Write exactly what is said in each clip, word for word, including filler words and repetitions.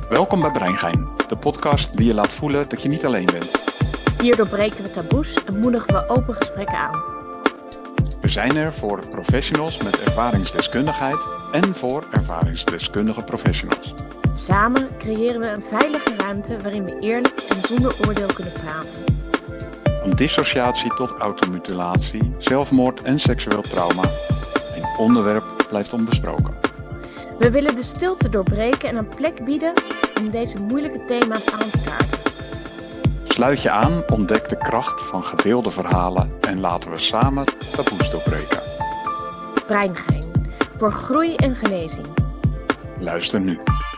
Welkom bij Breingein, de podcast die je laat voelen dat je niet alleen bent. Hier doorbreken we taboes en moedigen we open gesprekken aan. We zijn er voor professionals met ervaringsdeskundigheid en voor ervaringsdeskundige professionals. Samen creëren we een veilige ruimte waarin we eerlijk en zonder oordeel kunnen praten. Van dissociatie tot automutilatie, zelfmoord en seksueel trauma. Geen onderwerp blijft onbesproken. We willen de stilte doorbreken en een plek bieden om deze moeilijke thema's aan te kaarten. Sluit je aan, ontdek de kracht van gedeelde verhalen en laten we samen taboes doorbreken. Breingein, voor groei en genezing. Luister nu.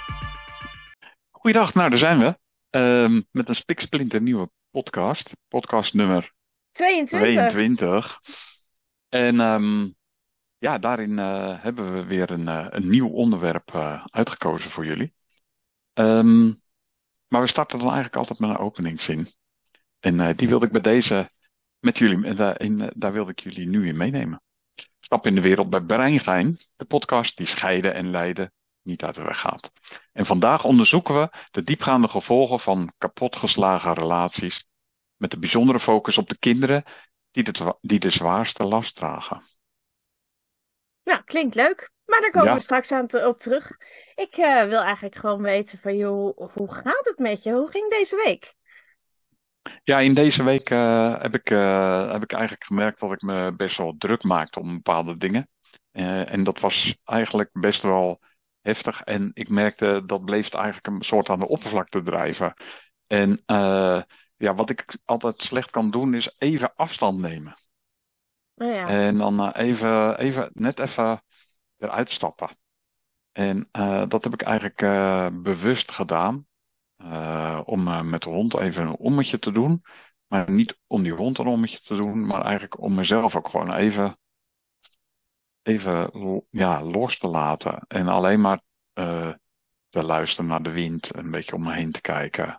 Goeiedag, nou daar zijn we. Uh, met een spiksplinter nieuwe podcast. Podcast nummer tweeëntwintig. tweeëntwintig. En um, ja, daarin uh, hebben we weer een, uh, een nieuw onderwerp uh, uitgekozen voor jullie. Um, maar we starten dan eigenlijk altijd met een openingszin. En uh, die wilde ik bij deze met jullie, uh, in, uh, daar wilde ik jullie nu in meenemen. Stap in de wereld bij Breingein, de podcast die scheiden en lijden niet uit de weg gaat. En vandaag onderzoeken we de diepgaande gevolgen van kapotgeslagen relaties, met de bijzondere focus op de kinderen die de, die de zwaarste last dragen. Nou, klinkt leuk. Maar daar komen Ja. we straks aan te, op terug. Ik uh, wil eigenlijk gewoon weten van, joh, hoe gaat het met je? Hoe ging deze week? Ja, in deze week uh, heb, ik, uh, heb ik eigenlijk gemerkt dat ik me best wel druk maakte om bepaalde dingen. Uh, en dat was eigenlijk best wel heftig. En ik merkte dat bleef het eigenlijk een soort aan de oppervlakte drijven. En uh, ja, wat ik altijd slecht kan doen is even afstand nemen. Oh ja. En dan uh, even, even, net even eruit stappen. En uh, dat heb ik eigenlijk uh, bewust gedaan. Uh, om uh, met de hond even een ommetje te doen. Maar niet om die hond een ommetje te doen. Maar eigenlijk om mezelf ook gewoon even, even ja, los te laten. En alleen maar uh, te luisteren naar de wind. Een beetje om me heen te kijken.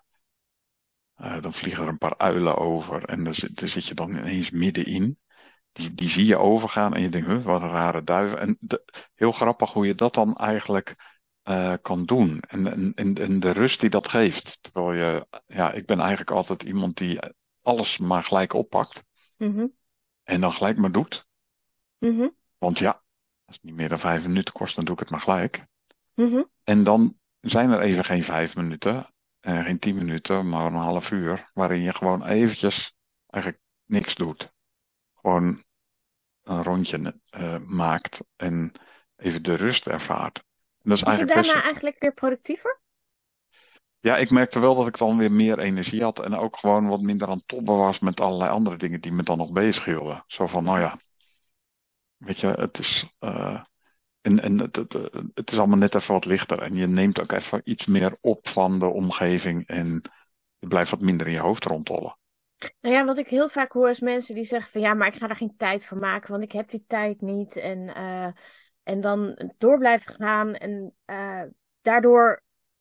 Uh, dan vliegen er een paar uilen over. En daar zit, daar zit je dan ineens middenin. Die, die zie je overgaan. En je denkt, huh, wat een rare duiven. En de, heel grappig hoe je dat dan eigenlijk Uh, kan doen. En, en, en de rust die dat geeft. Terwijl je, ja, ik ben eigenlijk altijd iemand die alles maar gelijk oppakt. Mm-hmm. En dan gelijk maar doet. Mm-hmm. Want ja, als het niet meer dan vijf minuten kost, dan doe ik het maar gelijk. Mm-hmm. En dan zijn er even geen vijf minuten, en geen tien minuten, maar een half uur, waarin je gewoon eventjes eigenlijk niks doet. Gewoon een rondje uh, maakt en even de rust ervaart. Was je daarna best... eigenlijk weer productiever? Ja, ik merkte wel dat ik dan weer meer energie had en ook gewoon wat minder aan het tobben was met allerlei andere dingen die me dan nog bezighielden. Zo van, nou ja, weet je, het is, uh, en, en het, het, het is allemaal net even wat lichter en je neemt ook even iets meer op van de omgeving en je blijft wat minder in je hoofd rondtollen. Nou ja, wat ik heel vaak hoor is mensen die zeggen van, ja, maar ik ga er geen tijd voor maken, want ik heb die tijd niet en... Uh... En dan door blijven gaan. En uh, daardoor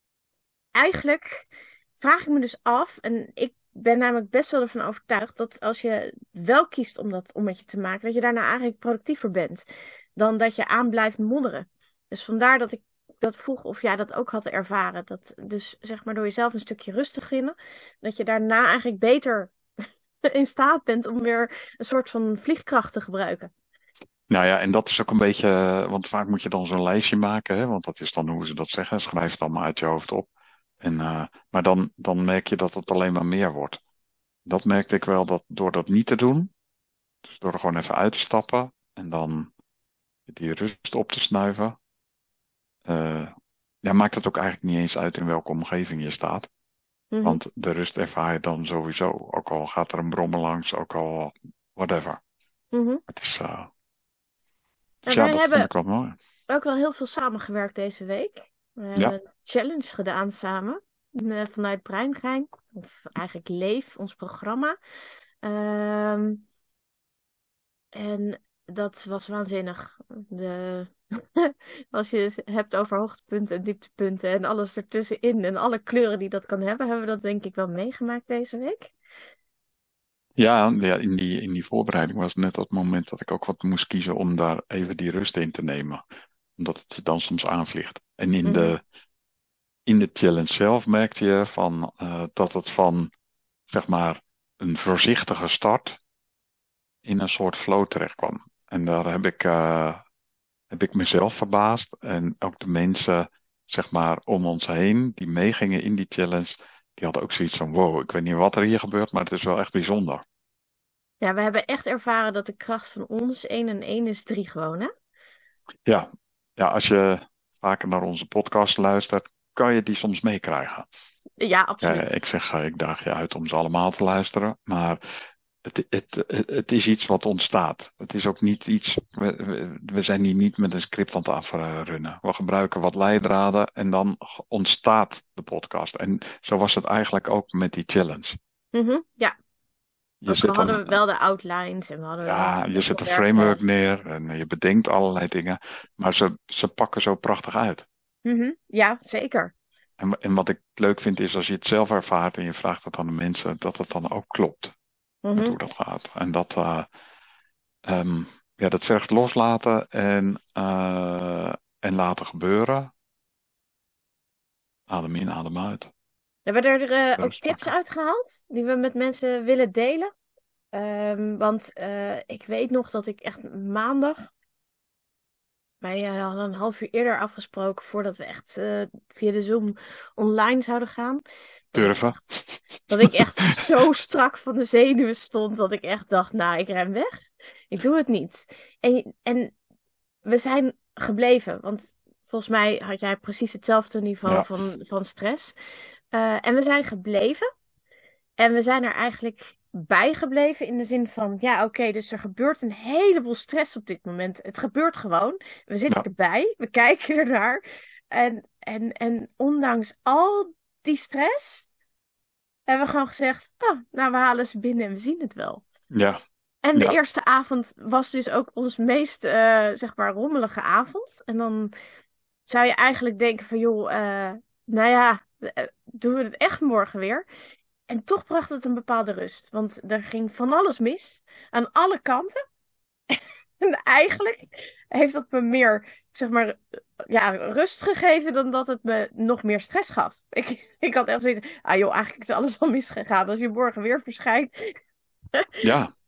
eigenlijk vraag ik me dus af. En ik ben namelijk best wel ervan overtuigd dat als je wel kiest om dat ommetje te maken. Dat je daarna eigenlijk productiever bent. Dan dat je aan blijft modderen. Dus vandaar dat ik dat vroeg of jij dat ook had ervaren. Dat dus zeg maar door jezelf een stukje rust te gunnen. Dat je daarna eigenlijk beter in staat bent om weer een soort van vliegkracht te gebruiken. Nou ja, en dat is ook een beetje, want vaak moet je dan zo'n lijstje maken, hè? Want dat is dan hoe ze dat zeggen, schrijf het allemaal uit je hoofd op. En, uh, maar dan, dan merk je dat het alleen maar meer wordt. Dat merkte ik wel, dat door dat niet te doen, dus door er gewoon even uit te stappen en dan die rust op te snuiven, uh, ja, maakt het ook eigenlijk niet eens uit in welke omgeving je staat. Mm-hmm. Want de rust ervaar je dan sowieso, ook al gaat er een brommer langs, ook al whatever. Mm-hmm. Het is... Uh, Dus ja, wij dat hebben vind ik wel mooi. ook wel heel veel samengewerkt deze week. We hebben Ja. een challenge gedaan samen. Uh, vanuit Breingein. Of eigenlijk Leef, ons programma. Um, en dat was waanzinnig. De... Als je het hebt over hoogtepunten en dieptepunten. En alles ertussenin. En alle kleuren die dat kan hebben. Hebben we dat denk ik wel meegemaakt deze week. Ja, ja in, die, in die voorbereiding was net dat moment dat ik ook wat moest kiezen om daar even die rust in te nemen. Omdat het je dan soms aanvliegt. En in, mm-hmm. de, in de challenge zelf merkte je van, eh, dat het van, zeg maar, een voorzichtige start in een soort flow terecht kwam. En daar heb ik, eh, heb ik mezelf verbaasd en ook de mensen, zeg maar, om ons heen die meegingen in die challenge, die hadden ook zoiets van, wow, ik weet niet wat er hier gebeurt, maar het is wel echt bijzonder. Ja, we hebben echt ervaren dat de kracht van ons één en één is drie gewoon, hè? Ja, ja, als je vaker naar onze podcast luistert, kan je die soms meekrijgen. Ja, Ja, absoluut. ik zeg, eh, ik daag je uit om ze allemaal te luisteren, maar het, het, het, het is iets wat ontstaat. Het is ook niet iets, we, we we zijn hier niet met een script aan het afrunnen. We gebruiken wat leidraden en dan ontstaat de podcast. En zo was het eigenlijk ook met die challenge. Mhm, ja, Je ook al zet hadden een, we wel de outlines en we hadden wel ja, je best zet wel een werken. framework neer en je bedenkt allerlei dingen, maar ze, ze pakken zo prachtig uit. Mhm, ja, zeker. En, en wat ik leuk vind is als je het zelf ervaart en je vraagt het aan de mensen, dat het dan ook klopt met Mhm. hoe dat gaat. En dat, eh, ehm, ja, dat vergt loslaten en, eh, en laten gebeuren. Adem in, adem uit. Hebben we er eh, ook Rust tips pakken. uitgehaald die we met mensen willen delen? Ehm, want eh, ik weet nog dat ik echt maandag, wij eh, hadden een half uur eerder afgesproken voordat we echt eh, via de Zoom online zouden gaan. Dat ik Durven. echt, dat ik echt zo strak van de zenuwen stond dat ik echt dacht, nou, ik ren weg. Ik doe het niet. En, en we zijn gebleven, want volgens mij had jij precies hetzelfde niveau Ja, van, van stress. Eh, en we zijn gebleven. En we zijn er eigenlijk bijgebleven in de zin van, ja, oké, dus er gebeurt een heleboel stress op dit moment. Het gebeurt gewoon. We zitten ja, erbij, we kijken ernaar. En, en, en ondanks al die stress hebben we gewoon gezegd, oh, nou, we halen ze binnen en we zien het wel. ja, En de ja, eerste avond was dus ook ons meest, eh, zeg maar, rommelige avond. En dan zou je eigenlijk denken van, joh, eh, nou ja, eh, doen we het echt morgen weer? En toch bracht het een bepaalde rust. Want er ging van alles mis. Aan alle kanten. En eigenlijk heeft dat me meer, zeg maar, ja, rust gegeven dan dat het me nog meer stress gaf. Ik, ik had echt zoiets, ah joh, eigenlijk is alles al misgegaan. Als je morgen weer verschijnt. ja.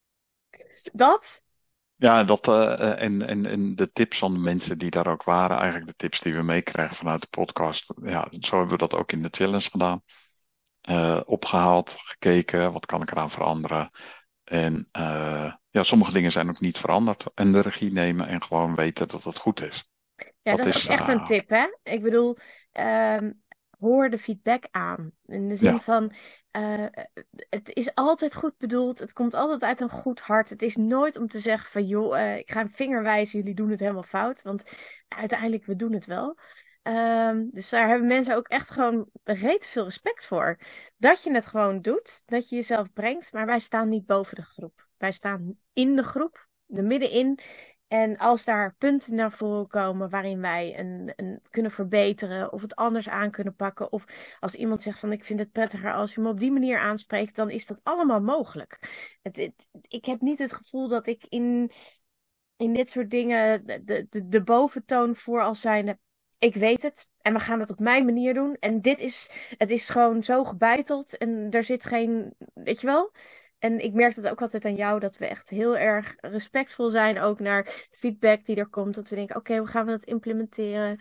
Dat. Ja, dat, eh, en, en, en de tips van de mensen die daar ook waren, eigenlijk de tips die we meekrijgen vanuit de podcast. Ja, zo hebben we dat ook in de challenge gedaan. Eh, opgehaald, gekeken, wat kan ik eraan veranderen. En eh, ja, sommige dingen zijn ook niet veranderd. En de regie nemen en gewoon weten dat het goed is. Ja, Dat dat is ook is, echt een eh, tip, hè? Ik bedoel, ehm, hoor de feedback aan. In de zin ja, van, eh, het is altijd goed bedoeld. Het komt altijd uit een goed hart. Het is nooit om te zeggen van, joh, eh, ik ga een vinger wijzen, jullie doen het helemaal fout. Want uiteindelijk, we doen het wel. Ehm, dus daar hebben mensen ook echt gewoon reet veel respect voor. Dat je het gewoon doet, dat je jezelf brengt. Maar wij staan niet boven de groep. Wij staan in de groep, er middenin. En als daar punten naar voren komen waarin wij een, een kunnen verbeteren of het anders aan kunnen pakken. Of als iemand zegt van ik vind het prettiger als je me op die manier aanspreekt, dan is dat allemaal mogelijk. Het, het- ik heb niet het gevoel dat ik in, in dit soort dingen de, de, de boventoon voor als zijnde. Ik weet het en we gaan het op mijn manier doen. En dit is, het is gewoon zo gebeiteld en er zit geen, weet je wel? En ik merk het ook altijd aan jou, dat we echt heel erg respectvol zijn ook naar feedback die er komt. Dat we denken, oké, hoe gaan we dat implementeren?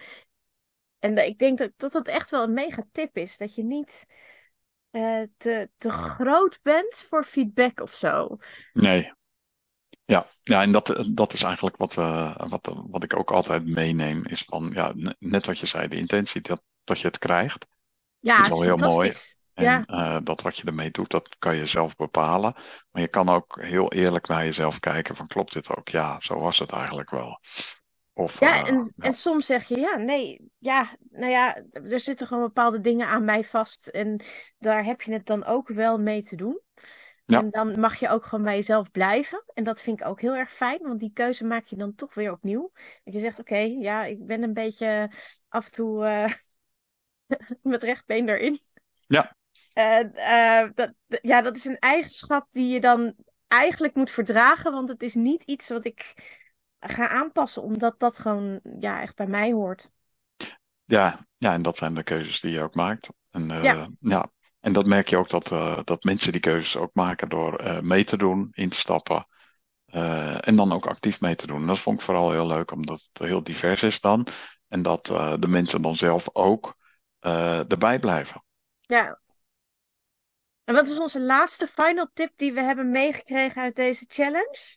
En ik denk dat, dat dat echt wel een mega tip is. Dat je niet eh, te, te groot bent voor feedback of zo. nee. Ja, ja, en dat, dat is eigenlijk wat, we, wat, wat ik ook altijd meeneem. Is van, ja, ne- net wat je zei, de intentie dat, dat je het krijgt, Ja, is het is al heel mooi. fantastisch. En Ja. eh, dat wat je ermee doet, dat kan je zelf bepalen. Maar je kan ook heel eerlijk naar jezelf kijken van, klopt dit ook? Ja, zo was het eigenlijk wel. Of, Ja, eh, en, en ja, soms zeg je, ja, nee, ja, nou ja, er zitten gewoon bepaalde dingen aan mij vast. En daar heb je het dan ook wel mee te doen. ja, En dan mag je ook gewoon bij jezelf blijven. En dat vind ik ook heel erg fijn, want die keuze maak je dan toch weer opnieuw. Dat je zegt, oké, ja, ik ben een beetje af en toe eh, met recht been erin. ja, En, eh, dat, ja, dat is een eigenschap die je dan eigenlijk moet verdragen, want het is niet iets wat ik ga aanpassen, omdat dat gewoon ja, echt bij mij hoort. ja, ja, en dat zijn de keuzes die je ook maakt. En, Ja, eh, ja, en dat merk je ook dat, eh, dat mensen die keuzes ook maken door eh, mee te doen, in te stappen. eh, en dan ook actief mee te doen. En dat vond ik vooral heel leuk, omdat het heel divers is dan. En dat eh, de mensen dan zelf ook eh, erbij blijven. ja. En wat is onze laatste final tip die we hebben meegekregen uit deze challenge?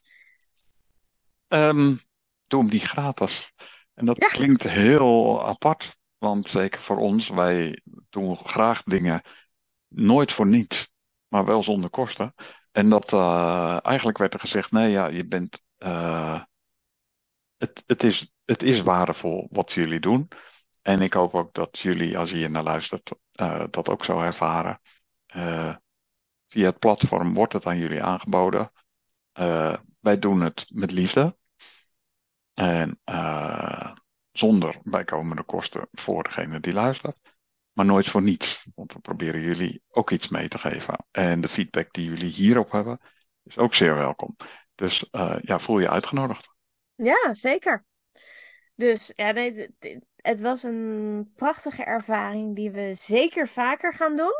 Ehm, Doe hem niet gratis. En dat Ja, klinkt heel apart, want zeker voor ons, wij doen graag dingen nooit voor niets, maar wel zonder kosten. En dat eh, eigenlijk werd er gezegd, nee, ja, je bent, eh, het, het is, het is waardevol wat jullie doen. En ik hoop ook dat jullie, als je hier naar luistert, eh, dat ook zo ervaren. Eh, Via het platform wordt het aan jullie aangeboden. Eh, wij doen het met liefde. En eh, zonder bijkomende kosten voor degene die luistert. Maar nooit voor niets. Want we proberen jullie ook iets mee te geven. En de feedback die jullie hierop hebben, is ook zeer welkom. Dus eh, ja, voel je uitgenodigd. ja, zeker. Dus ja, nee, d- d- het was een prachtige ervaring die we zeker vaker gaan doen.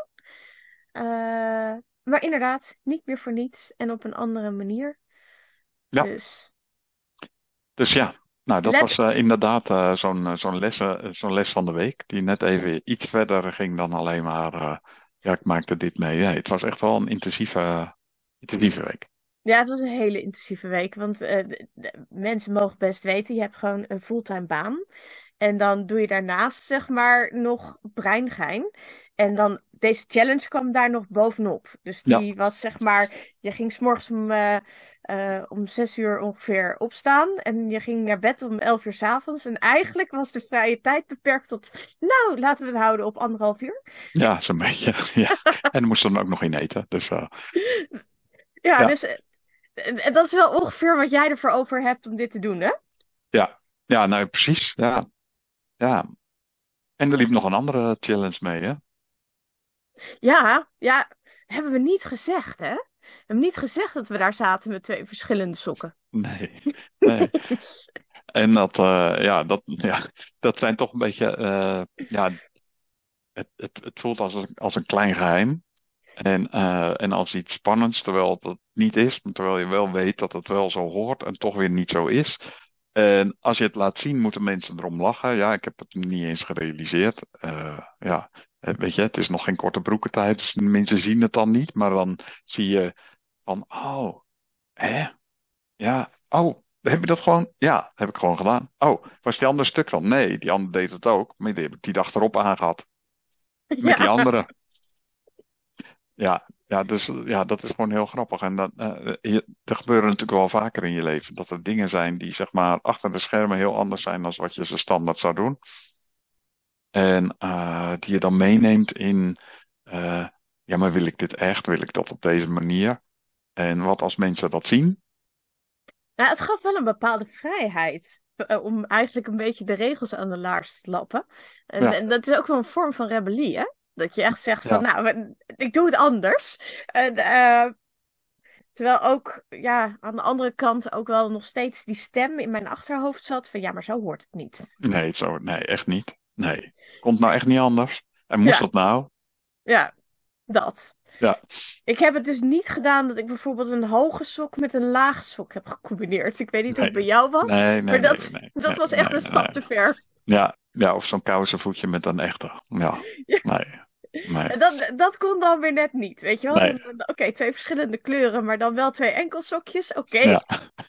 Eh, maar inderdaad, niet meer voor niets en op een andere manier. Ja, Dus dus ja. Nou, dat let, was eh, inderdaad eh, zo'n eh, zo'n les, eh, zo'n les van de week. Die net even iets verder ging dan alleen maar. eh, ja, ik maakte dit mee. Nee, het was echt wel een intensieve, intensieve week. ja, het was een hele intensieve week. Want eh, de- de- mensen mogen best weten, je hebt gewoon een fulltime baan. En dan doe je daarnaast, zeg maar, nog breingein. En dan, deze challenge kwam daar nog bovenop. Dus Ja, die was, zeg maar, je ging 's morgens om, eh, eh, om zes uur ongeveer opstaan. En je ging naar bed om elf uur 's avonds. En eigenlijk was de vrije tijd beperkt tot, nou, laten we het houden op anderhalf uur. ja, zo'n beetje. Ja. En er moest dan ook nog in eten. Dus eh, Ja, ja, dus eh, eh, dat is wel ongeveer wat jij ervoor over hebt om dit te doen, hè? ja, ja, nou precies. Ja, ja. En er liep nog een andere challenge mee, hè? Ja, ja, hebben we niet gezegd, hè? We hebben niet gezegd dat we daar zaten met twee verschillende sokken. Nee, nee. En dat, eh, ja, dat, ja, dat zijn toch een beetje, eh, ja, het, het, het voelt als een, als een klein geheim. En, eh, en als iets spannends, terwijl het dat niet is, maar terwijl je wel weet dat het wel zo hoort en toch weer niet zo is. En als je het laat zien, moeten mensen erom lachen. Ja, ik heb het niet eens gerealiseerd. Eh, ja, eh, weet je, het is nog geen korte broekentijd, dus mensen zien het dan niet. Maar dan zie je van, oh, hè? Ja, oh, heb je dat gewoon? Ja, heb ik gewoon gedaan. Oh, was die andere stuk dan? Nee, die andere deed het ook, maar die heb ik die dag erop aangehad. Met die Ja, andere. Ja, ja, dus ja, dat is gewoon heel grappig. En dat, eh, je- er gebeuren natuurlijk wel vaker in je leven dat er dingen zijn die zeg maar achter de schermen heel anders zijn dan wat je ze standaard zou doen. En eh, die je dan meeneemt in, eh, ja, maar wil ik dit echt? Wil ik dat op deze manier? En wat als mensen dat zien? nou, het gaf wel een bepaalde vrijheid. eh, Om eigenlijk een beetje de regels aan de laars te lappen. En, Ja, en dat is ook wel een vorm van rebellie, hè? Dat je echt zegt van, ja, nou, we- ik doe het anders. En, eh, terwijl ook, ja, aan de andere kant ook wel nog steeds die stem in mijn achterhoofd zat van, ja, maar zo hoort het niet. nee, zo, nee, echt niet. Nee, komt nou echt niet anders. En moest Ja, dat nou? ja, dat. Ja, Ik heb het dus niet gedaan dat ik bijvoorbeeld een hoge sok met een lage sok heb gecombineerd. Ik weet niet hoe het bij nee, jou was, nee, nee, maar nee, dat, nee, dat nee, was echt nee, een nee. stap Nee. te ver. Ja, ja, of zo'n kousenvoetje met een echte. Ja, nee, nee, En dat, dat kon dan weer net niet, weet je wel? nee. Dan- dan- Oké, twee verschillende kleuren, maar dan wel twee enkelsokjes. Oké. Ja,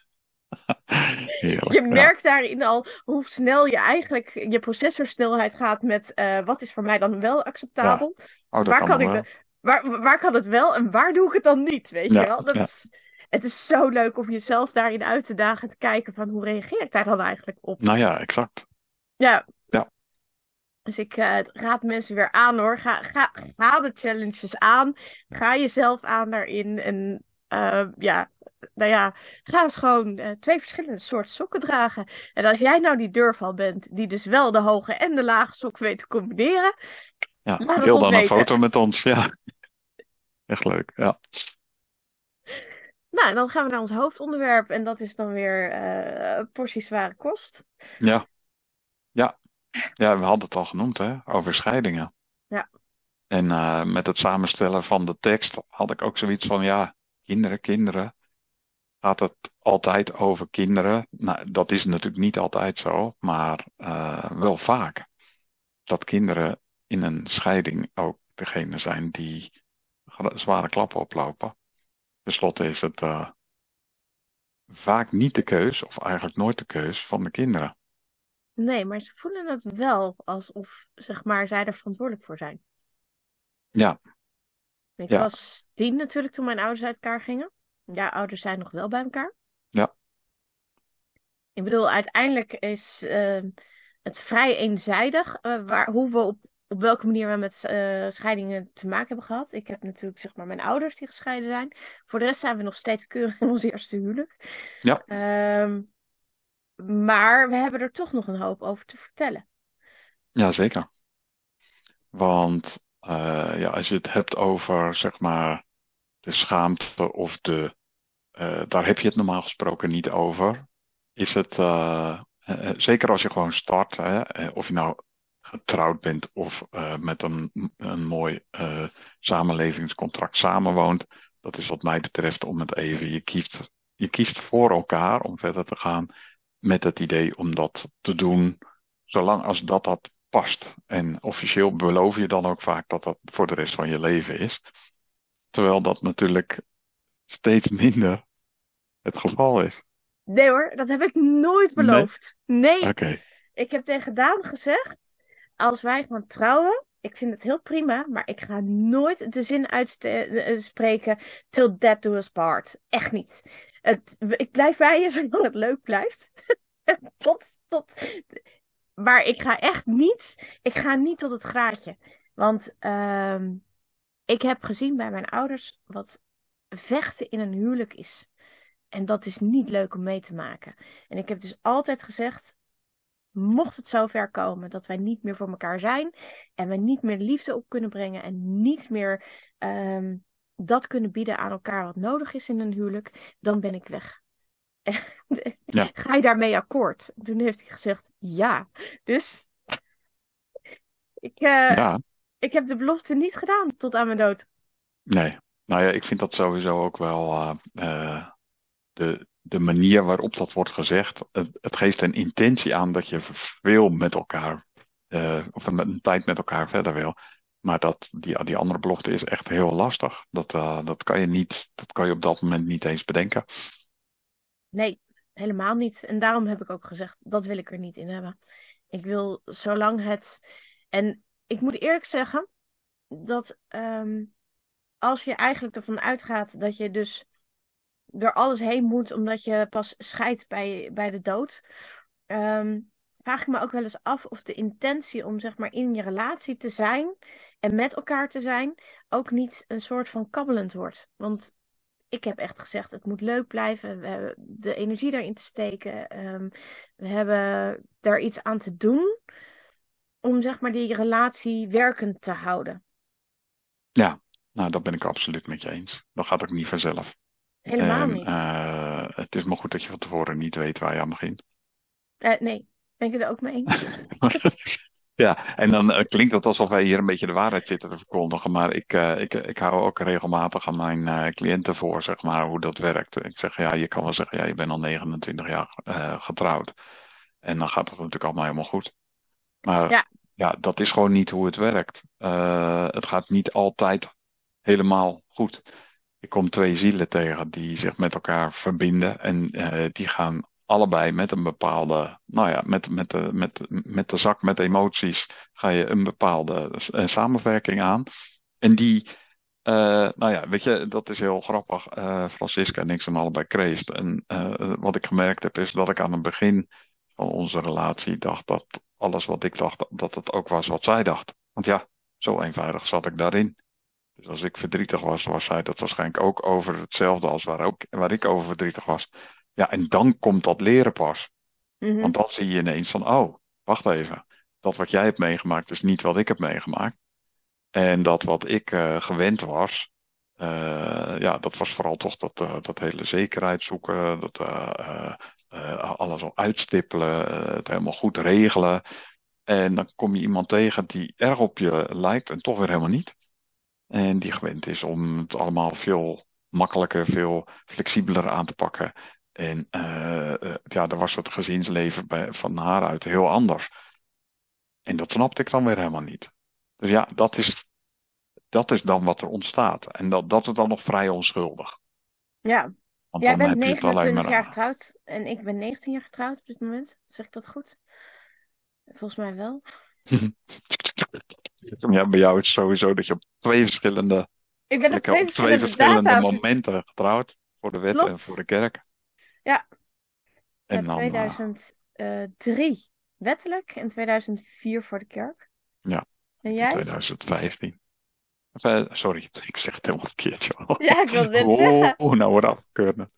Je heerlijk. Ja, merkt daarin al hoe snel je eigenlijk je processorsnelheid gaat met eh, wat is voor mij dan wel ja. acceptabel? Oh, dat Waar kan kan nog ik wel. de, waar, waar kan het wel en waar doe ik het dan niet? Weet je Ja, wel? Dat ja. is, het is zo leuk om jezelf daarin uit te dagen en te kijken van hoe reageer ik daar dan eigenlijk op? Nou ja, exact. Ja, Ja, dus ik eh, raad mensen weer aan hoor. Ga, ga, ga de challenges aan. Ga jezelf aan daarin. En eh, ja, nou ja, ga eens gewoon eh, twee verschillende soorten sokken dragen. En als jij nou die durval bent, die dus wel de hoge en de lage sok weet te combineren, ja. laat het Deel ons dan een weten. foto met ons. Ja, echt leuk. Ja, Nou, en dan gaan we naar ons hoofdonderwerp. En dat is dan weer eh portie zware kost. ja, ja. Ja, we hadden het al genoemd, hè, over scheidingen. Ja. En eh, met het samenstellen van de tekst had ik ook zoiets van, ja, kinderen, kinderen. Gaat het altijd over kinderen? Nou, dat is natuurlijk niet altijd zo, maar eh, wel vaak. Dat kinderen in een scheiding ook degene zijn die gra- zware klappen oplopen. Ten slotte is het eh, vaak niet de keus, of eigenlijk nooit de keus van de kinderen. Nee, maar ze voelen het wel alsof, zeg maar, zij er verantwoordelijk voor zijn. Ja, Ik ja, was tien natuurlijk toen mijn ouders uit elkaar gingen. Ja, ouders zijn nog wel bij elkaar. ja, Ik bedoel, uiteindelijk is eh, het vrij eenzijdig eh, waar, hoe we op, op welke manier we met eh, scheidingen te maken hebben gehad. Ik heb natuurlijk zeg maar mijn ouders die gescheiden zijn. Voor de rest zijn we nog steeds keurig in ons eerste huwelijk. ja, Ehm, maar we hebben er toch nog een hoop over te vertellen. ja, zeker. Want eh, ja, als je het hebt over, zeg maar, de schaamte of de, eh, daar heb je het normaal gesproken niet over. Is het, eh, eh, zeker als je gewoon start, hè, eh, of je nou getrouwd bent of eh, met een, een mooi eh, samenlevingscontract samenwoont, dat is wat mij betreft om het even, je kiest, je kiest voor elkaar om verder te gaan met het idee om dat te doen, zolang als dat dat past. En officieel beloof je dan ook vaak dat dat voor de rest van je leven is. Terwijl dat natuurlijk steeds minder het geval is. Nee hoor, dat heb ik nooit Nee? beloofd. Nee, Oké. ik heb tegen Daan gezegd, als wij gaan trouwen, ik vind het heel prima, maar ik ga nooit de zin uitspreken till death do us part. Echt niet. Het, ik blijf bij je zolang het leuk blijft. Tot, tot. Maar ik ga echt niet, ik ga niet tot het graadje. Want ehm, ik heb gezien bij mijn ouders wat vechten in een huwelijk is. En dat is niet leuk om mee te maken. En ik heb dus altijd gezegd, mocht het zover komen dat wij niet meer voor elkaar zijn en we niet meer liefde op kunnen brengen en niet meer ehm, dat kunnen bieden aan elkaar wat nodig is in een huwelijk, dan ben ik weg. Ja, Ga je daarmee akkoord? Toen heeft hij gezegd ja. Dus ik, eh, ja, ik heb de belofte niet gedaan tot aan mijn dood. nee. Nou ja, ik vind dat sowieso ook wel eh, eh, de, de manier waarop dat wordt gezegd. Het, het geeft een intentie aan dat je veel met elkaar, eh, of met een tijd met elkaar verder wil. Maar dat, die, die andere belofte is echt heel lastig. Dat, eh, dat kan je niet, dat kan je op dat moment niet eens bedenken. Nee, helemaal niet. En daarom heb ik ook gezegd, dat wil ik er niet in hebben. Ik wil zolang het. En ik moet eerlijk zeggen dat ehm, als je eigenlijk ervan uitgaat dat je dus door alles heen moet omdat je pas scheidt bij, bij de dood, ehm, vraag ik me ook wel eens af of de intentie om zeg maar in je relatie te zijn en met elkaar te zijn ook niet een soort van kabbelend wordt. Want ik heb echt gezegd, het moet leuk blijven. We hebben de energie daarin te steken. Ehm, we hebben daar iets aan te doen om zeg maar die relatie werkend te houden. Ja, nou, dat ben ik absoluut met je eens. Dat gaat ook niet vanzelf. Helemaal En niet. eh, het is maar goed dat je van tevoren niet weet waar je aan begint. Eh, nee, ben ik het ook mee eens. Ja, en dan eh, klinkt het alsof wij hier een beetje de waarheid zitten te verkondigen, maar ik, eh, ik, ik hou ook regelmatig aan mijn eh, cliënten voor, zeg maar, hoe dat werkt. Ik zeg, ja, je kan wel zeggen, ja, je bent al negenentwintig jaar eh, getrouwd. En dan gaat het natuurlijk allemaal helemaal goed. Maar Ja, ja, dat is gewoon niet hoe het werkt. Eh, het gaat niet altijd helemaal goed. Je komt twee zielen tegen die zich met elkaar verbinden en eh, die gaan allebei met een bepaalde, nou ja, met, met, de, met, met de zak met emoties ga je een bepaalde eh, samenwerking aan. En die, eh, nou ja, weet je, dat is heel grappig. Eh Francisca en ik zijn allebei kreeft. En eh, wat ik gemerkt heb is dat ik aan het begin van onze relatie dacht dat alles wat ik dacht, dat het ook was wat zij dacht. Want ja, zo eenvoudig zat ik daarin. Dus als ik verdrietig was, was zij dat waarschijnlijk ook over hetzelfde als waar, ook, waar ik over verdrietig was. Ja, en dan komt dat leren pas. mhm. Want dan zie je ineens van, oh, wacht even. Dat wat jij hebt meegemaakt is niet wat ik heb meegemaakt. En dat wat ik eh, gewend was, eh, ja, dat was vooral toch dat, eh, dat hele zekerheid zoeken, dat eh, eh, eh, alles al uitstippelen, eh, het helemaal goed regelen. En dan kom je iemand tegen die erg op je lijkt en toch weer helemaal niet. En die gewend is om het allemaal veel makkelijker, veel flexibeler aan te pakken. En uh, uh, ja, daar was het gezinsleven bij, van haar uit heel anders. En dat snapte ik dan weer helemaal niet. Dus ja, dat is, dat is dan wat er ontstaat. En dat, dat is dan nog vrij onschuldig. Ja. Want Jij dan bent heb je het alleen negenentwintig maar jaar aan. getrouwd en ik ben negentien jaar getrouwd op dit moment. Zeg ik dat goed? Volgens mij wel. Ja, bij jou is het sowieso dat je op twee verschillende Ik ben op plekken, twee op twee verschillende verschillende data's. momenten getrouwd. Voor de wet en voor de Klopt. kerk. Ja, ja En dan, uh, tweeduizend drie wettelijk en tweeduizend vier voor de kerk. ja, En in jij? twintig vijftien. Of, eh, sorry, ik zeg het helemaal verkeerd, joh. Ja, ik wilde net Oh, zeggen. nou wordt afgekeurd.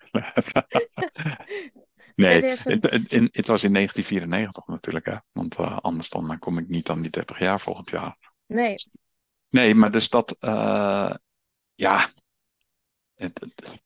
Nee, het, het, tweeduizend. in- het was in negentien vierennegentig natuurlijk, hè. Want uh, anders dan, dan kom ik niet aan die dertig jaar volgend jaar. Nee. Nee, maar dus dat, uh, ja, het, het,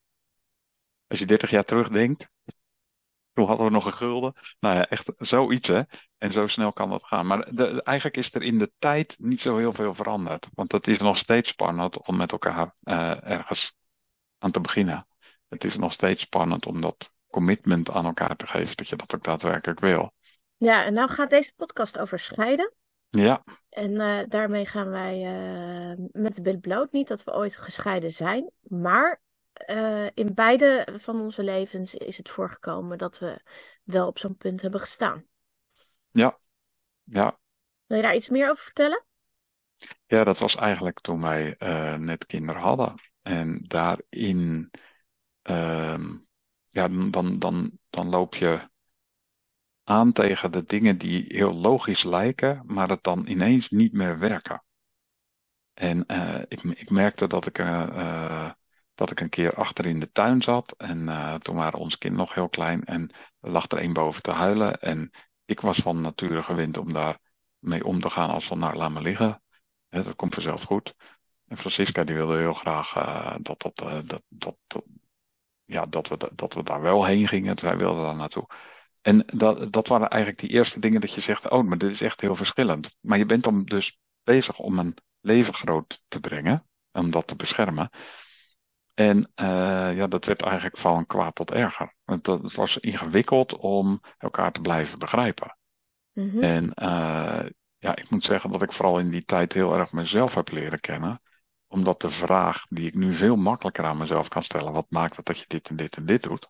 als je dertig jaar terugdenkt, toen hadden we nog een gulden. Nou ja, echt zoiets, hè. En zo snel kan dat gaan. Maar de, eigenlijk is er in de tijd niet zo heel veel veranderd. Want het is nog steeds spannend om met elkaar uh, ergens aan te beginnen. Het is nog steeds spannend om dat commitment aan elkaar te geven, dat je dat ook daadwerkelijk wil. Ja, en nou gaat deze podcast over scheiden. Ja, En uh, daarmee gaan wij uh, met de billen bloot. Niet dat we ooit gescheiden zijn, maar uh, in beide van onze levens is het voorgekomen dat we wel op zo'n punt hebben gestaan. ja, ja. Wil je daar iets meer over vertellen? Ja, dat was eigenlijk toen wij uh, net kinderen hadden. En daarin, uh, ja, dan, dan, dan loop je aan tegen de dingen die heel logisch lijken, maar het dan ineens niet meer werken. En uh, ik, ik merkte dat ik, uh, uh, dat ik een keer achter in de tuin zat. En uh, toen waren ons kind nog heel klein. En er lag er één boven te huilen. En ik was van nature gewend om daar mee om te gaan als van, nou, laat me liggen. Hè, dat komt vanzelf goed. En Francisca die wilde heel graag uh, dat, dat, uh, dat, dat, dat, ja, dat, we, dat we daar wel heen gingen. Zij wilde daar naartoe. En dat, dat waren eigenlijk die eerste dingen dat je zegt, oh, maar dit is echt heel verschillend. Maar je bent dan dus bezig om een leven groot te brengen, om dat te beschermen. En uh, ja, dat werd eigenlijk van kwaad tot erger. Want het was ingewikkeld om elkaar te blijven begrijpen. Mm-hmm. En uh, ja, ik moet zeggen dat ik vooral in die tijd heel erg mezelf heb leren kennen. Omdat de vraag die ik nu veel makkelijker aan mezelf kan stellen, wat maakt het dat je dit en dit en dit doet?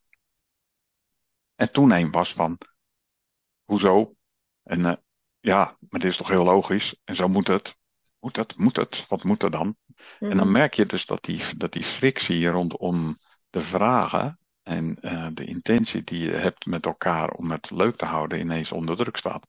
En toen een was van, hoezo? En uh, ja, maar dit is toch heel logisch. En zo moet het. Moet het? Moet het? Wat moet er dan? Mm-hmm. En dan merk je dus dat die, dat die frictie rondom de vragen en uh, de intentie die je hebt met elkaar om het leuk te houden ineens onder druk staat.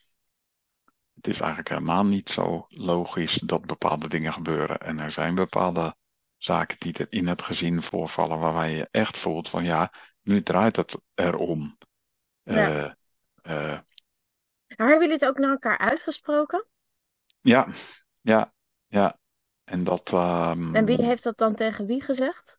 Het is eigenlijk helemaal niet zo logisch dat bepaalde dingen gebeuren. En er zijn bepaalde zaken die er in het gezin voorvallen waarbij je echt voelt van ja, nu draait het erom. Ja. Uh, uh, Maar hebben jullie het ook naar elkaar uitgesproken? Ja, ja, ja. En dat. Um, En wie heeft dat dan tegen wie gezegd?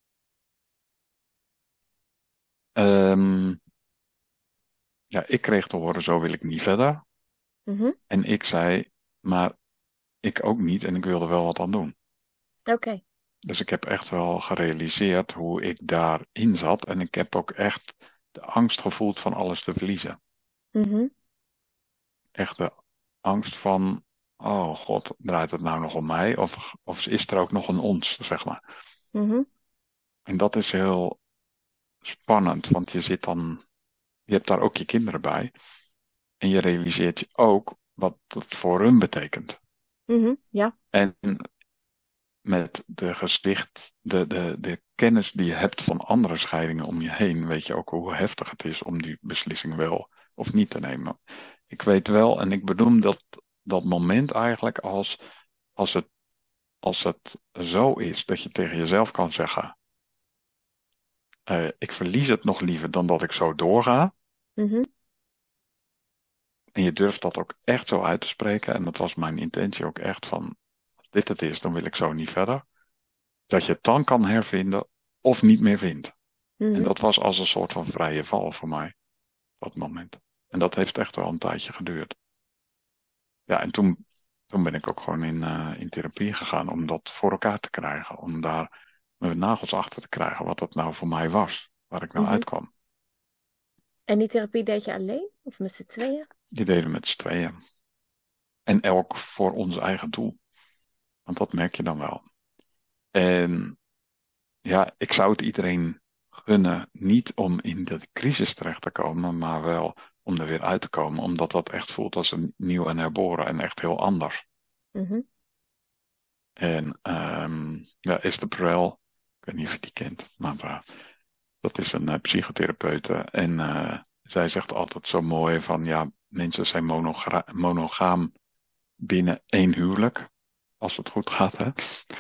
Um, ja, ik kreeg te horen, zo wil ik niet verder. Mm-hmm. En ik zei, maar ik ook niet en ik wilde wel wat aan doen. Oké. Okay. Dus ik heb echt wel gerealiseerd hoe ik daarin zat. En ik heb ook echt de angst gevoeld van alles te verliezen. Mm-hmm. Echt de angst van, oh god, draait het nou nog om mij? Of, of is er ook nog een ons, zeg maar. Mm-hmm. En dat is heel spannend, want je zit dan, je hebt daar ook je kinderen bij. En je realiseert je ook wat het voor hun betekent. Mm-hmm. Ja. En met de gezicht, de, de, de kennis die je hebt van andere scheidingen om je heen, weet je ook hoe heftig het is om die beslissing wel of niet te nemen. Ik weet wel, en ik bedoel dat, dat moment eigenlijk als, als, het, als het zo is dat je tegen jezelf kan zeggen, uh, ik verlies het nog liever dan dat ik zo doorga. Mm-hmm. En je durft dat ook echt zo uit te spreken. En dat was mijn intentie ook echt van, als dit het is, dan wil ik zo niet verder. Dat je het dan kan hervinden of niet meer vindt. Mm-hmm. En dat was als een soort van vrije val voor mij. Dat moment. En dat heeft echt wel een tijdje geduurd. ja, en toen, toen ben ik ook gewoon in, uh, in therapie gegaan om dat voor elkaar te krijgen. Om daar mijn nagels achter te krijgen wat dat nou voor mij was. Waar ik nou Mhm. uitkwam. En die therapie deed je alleen of met z'n tweeën? Die deden we met z'n tweeën. En elk voor ons eigen doel. Want dat merk je dan wel. En ja, ik zou het iedereen gunnen. Niet om in de crisis terecht te komen. Maar wel om er weer uit te komen. Omdat dat echt voelt als een nieuw en herboren. En echt heel anders. Mhm. En um, ja, Esther Perel. Ik weet niet of je die kent. Maar uh, dat is een uh, psychotherapeute. En uh, zij zegt altijd zo mooi van ja, mensen zijn monogra- monogaam binnen één huwelijk. Als het goed gaat, hè.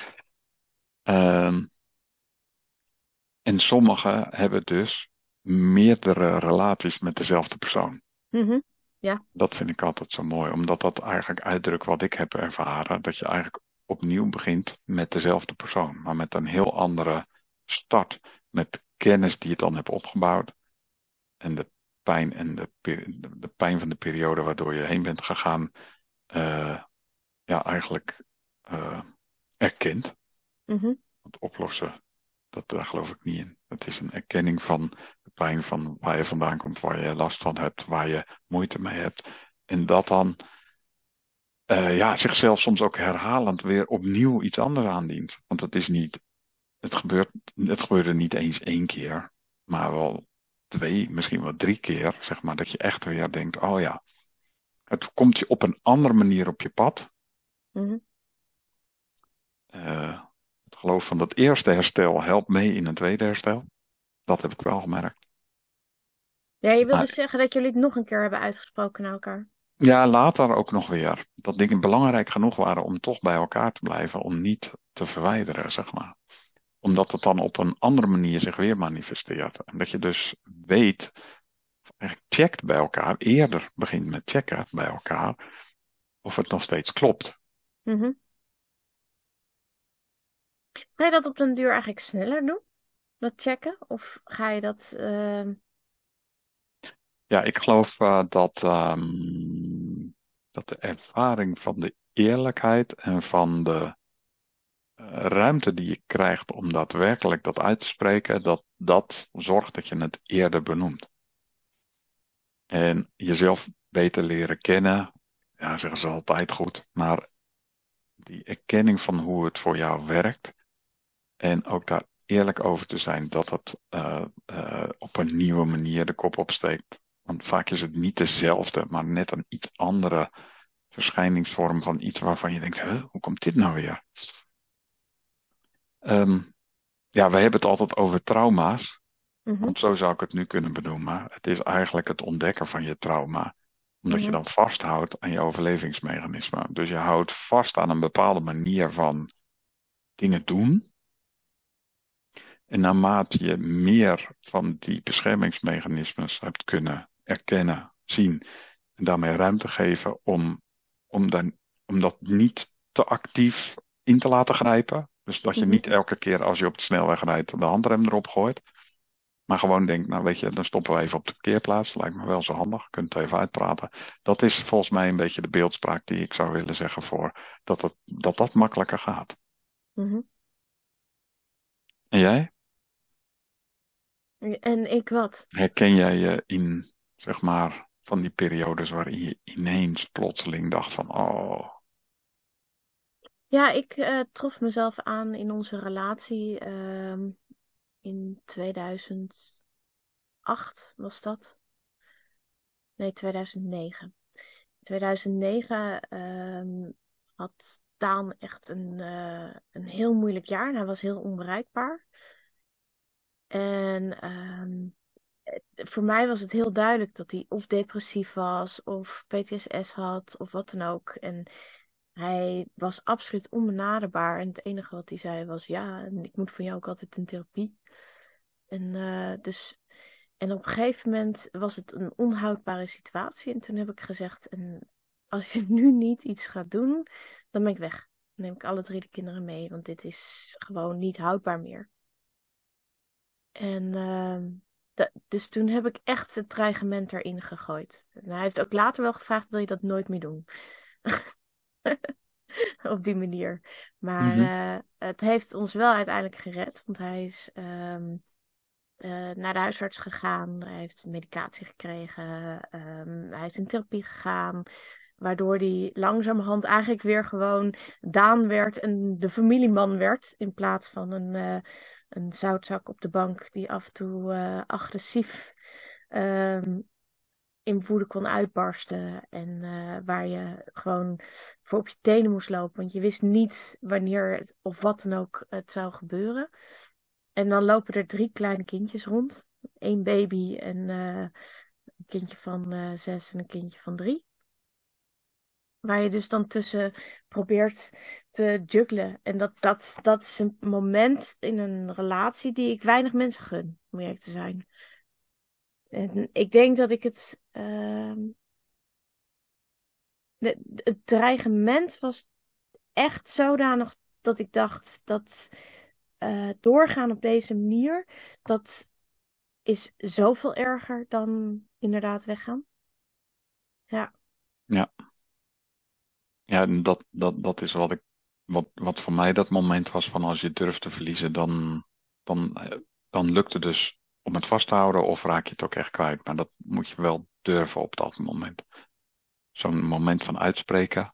Um, en sommigen hebben dus meerdere relaties met dezelfde persoon. Mhm. Ja. Dat vind ik altijd zo mooi, omdat dat eigenlijk uitdrukt wat ik heb ervaren. Dat je eigenlijk opnieuw begint met dezelfde persoon, maar met een heel andere start. Met kennis die je dan hebt opgebouwd. En de pijn en de, peri- de, de pijn van de periode waardoor je heen bent gegaan, uh, ja, eigenlijk uh, erkent. Mhm. Want oplossen, dat, daar geloof ik niet in. Het is een erkenning van de pijn van waar je vandaan komt, waar je last van hebt, waar je moeite mee hebt. En dat dan uh, ja, zichzelf soms ook herhalend weer opnieuw iets anders aandient. Want het is niet, het gebeurt, het gebeurde niet eens één keer, maar wel twee, misschien wel drie keer, zeg maar, dat je echt weer denkt, oh ja, het komt je op een andere manier op je pad. Mhm. Uh, het geloof van dat eerste herstel helpt mee in een tweede herstel. Dat heb ik wel gemerkt. Ja, je wil dus Maar zeggen dat jullie het nog een keer hebben uitgesproken naar elkaar. ja, later ook nog weer. Dat dingen belangrijk genoeg waren om toch bij elkaar te blijven, om niet te verwijderen, zeg maar. Omdat het dan op een andere manier zich weer manifesteert. En dat je dus weet, eigenlijk checkt bij elkaar, eerder begint met checken bij elkaar, of het nog steeds klopt. Mhm. Ga je dat op den duur eigenlijk sneller doen? Dat checken? Of ga je dat... ehm, Ja, ik geloof uh, dat, um, dat de ervaring van de eerlijkheid en van de uh, ruimte die je krijgt om daadwerkelijk dat uit te spreken, dat dat zorgt dat je het eerder benoemt. En jezelf beter leren kennen, ja, zeggen ze altijd goed, maar die erkenning van hoe het voor jou werkt en ook daar eerlijk over te zijn dat het uh, uh, op een nieuwe manier de kop opsteekt. Want vaak is het niet dezelfde, maar net een iets andere verschijningsvorm van iets waarvan je denkt, huh, hoe komt dit nou weer? Um, ja, wij hebben het altijd over trauma's, mhm. want zo zou ik het nu kunnen benoemen. Het is eigenlijk het ontdekken van je trauma, omdat je Mhm. dan vasthoudt aan je overlevingsmechanisme. Dus je houdt vast aan een bepaalde manier van dingen doen. En naarmate je meer van die beschermingsmechanismes hebt kunnen erkennen, zien en daarmee ruimte geven om, om, dan, om dat niet te actief in te laten grijpen. Dus dat je Mhm. niet elke keer als je op de snelweg rijdt de handrem erop gooit. Maar gewoon denkt, nou weet je, dan stoppen we even op de parkeerplaats. Lijkt me wel zo handig, kunt het even uitpraten. Dat is volgens mij een beetje de beeldspraak die ik zou willen zeggen voor dat het, dat, dat makkelijker gaat. Mhm. En jij? En ik wat? Herken jij je in, zeg maar, van die periodes waarin je ineens plotseling dacht van, oh, Ja, ik eh, trof mezelf aan in onze relatie ehm, in tweeduizend acht was dat. Nee, tweeduizend negen. tweeduizend negen ehm, had Daan echt een, eh, een heel moeilijk jaar en hij was heel onbereikbaar. En ehm, voor mij was het heel duidelijk dat hij of depressief was of P T S S had of wat dan ook. En hij was absoluut onbenaderbaar. En het enige wat hij zei was: ja, en ik moet van jou ook altijd in therapie. En, eh, dus, en op een gegeven moment was het een onhoudbare situatie. En toen heb ik gezegd: en als je nu niet iets gaat doen, dan ben ik weg. Dan neem ik alle drie de kinderen mee, want dit is gewoon niet houdbaar meer. En ehm, da- dus toen heb ik echt het dreigement erin gegooid. En hij heeft ook later wel gevraagd: wil je dat nooit meer doen? Op die manier. Maar Mhm. eh, het heeft ons wel uiteindelijk gered. Want hij is ehm, eh, naar de huisarts gegaan. Hij heeft medicatie gekregen. Ehm, hij is in therapie gegaan. Waardoor hij langzamerhand eigenlijk weer gewoon Daan werd en de familieman werd. In plaats van een, eh, een zoutzak op de bank die af en toe eh, agressief ehm, in woede kon uitbarsten. En eh, waar je gewoon voor op je tenen moest lopen. Want je wist niet wanneer het, of wat dan ook het zou gebeuren. En dan lopen er drie kleine kindjes rond. Eén baby en eh, een kindje van eh, zes en een kindje van drie. Waar je dus dan tussen probeert te juggelen. En dat, dat, dat is een moment in een relatie die ik weinig mensen gun, om eerlijk te zijn. En ik denk dat ik het... ehm, de- het dreigement was echt zodanig dat ik dacht dat eh, doorgaan op deze manier, dat is zoveel erger dan inderdaad weggaan. Ja, Ja, ja en dat, dat, dat is wat ik, wat, wat voor mij dat moment was van als je durft te verliezen, dan, dan, eh, dan lukt het dus om het vast te houden of raak je het ook echt kwijt. Maar dat moet je wel durven op dat moment. Zo'n moment van uitspreken,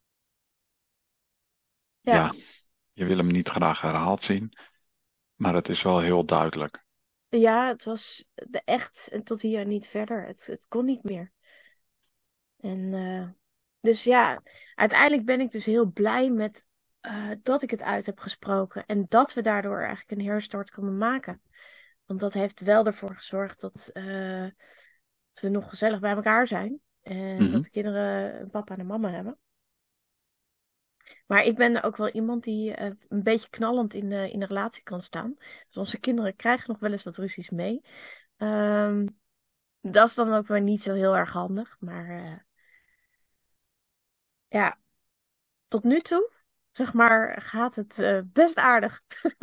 ja, ja, je wil hem niet graag herhaald zien, maar het is wel heel duidelijk. ja, het was de echt en tot hier en niet verder. Het, het kon niet meer. En eh, dus ja, uiteindelijk ben ik dus heel blij met eh, dat ik het uit heb gesproken en dat we daardoor eigenlijk een herstart konden maken. Want dat heeft wel ervoor gezorgd dat, eh, dat we nog gezellig bij elkaar zijn. En dat Mhm. de kinderen een papa en een mama hebben. Maar ik ben ook wel iemand die eh, een beetje knallend in de, in de relatie kan staan. Dus onze kinderen krijgen nog wel eens wat ruzies mee. Ehm, dat is dan ook weer niet zo heel erg handig. Maar eh, ja, tot nu toe, zeg maar, gaat het eh, best aardig.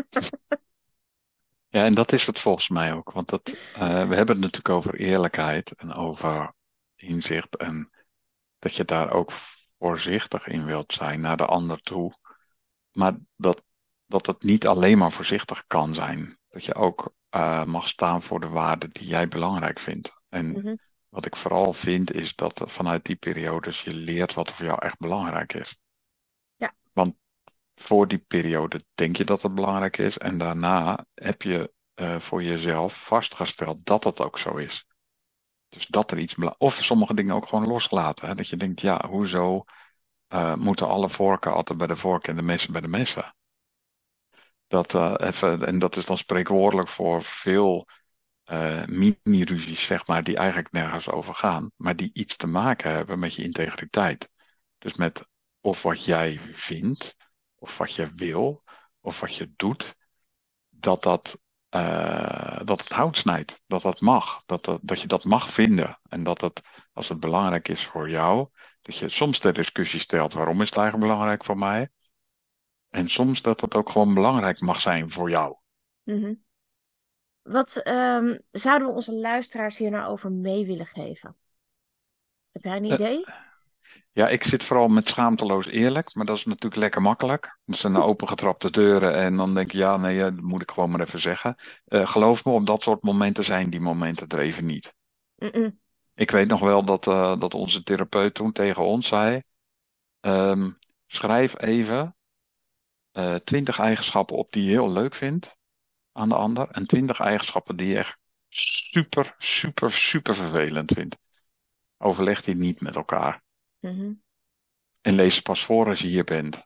Ja, en dat is het volgens mij ook. Want dat, eh, we hebben het natuurlijk over eerlijkheid en over inzicht. En dat je daar ook voorzichtig in wilt zijn naar de ander toe. Maar dat, dat het niet alleen maar voorzichtig kan zijn. Dat je ook eh, mag staan voor de waarden die jij belangrijk vindt. En Mhm. wat ik vooral vind is dat vanuit die periodes je leert wat voor jou echt belangrijk is. Ja. Want voor die periode denk je dat het belangrijk is. En daarna heb je eh, voor jezelf vastgesteld dat dat ook zo is. Dus dat er iets bela- Of sommige dingen ook gewoon loslaten. Hè? Dat je denkt, ja, hoezo eh, moeten alle vorken altijd bij de vorken en de messen bij de messen? Dat, eh, even, en dat is dan spreekwoordelijk voor veel eh, mini-ruzies, zeg maar, die eigenlijk nergens over gaan, maar die iets te maken hebben met je integriteit. Dus met of wat jij vindt, of wat je wil, of wat je doet, dat dat, eh, dat het hout snijdt. Dat dat mag. Dat, dat, dat je dat mag vinden. En dat het, als het belangrijk is voor jou, dat je soms de discussie stelt, waarom is het eigenlijk belangrijk voor mij? En soms dat het ook gewoon belangrijk mag zijn voor jou. Mhm. Wat ehm, zouden we onze luisteraars hier nou over mee willen geven? Heb jij een Eh, idee? ja, ik zit vooral met schaamteloos eerlijk, maar dat is natuurlijk lekker makkelijk. Dat zijn opengetrapte deuren en dan denk je, ja, nee, eh, dat moet ik gewoon maar even zeggen. Eh, geloof me, op dat soort momenten zijn die momenten er even niet. Mm-mm. Ik weet nog wel dat, eh, dat onze therapeut toen tegen ons zei, ehm, schrijf even eh, twintig eigenschappen op die je heel leuk vindt aan de ander en twintig eigenschappen die je echt super, super, super vervelend vindt. Overleg die niet met elkaar Mhm. en lees ze pas voor als je hier bent.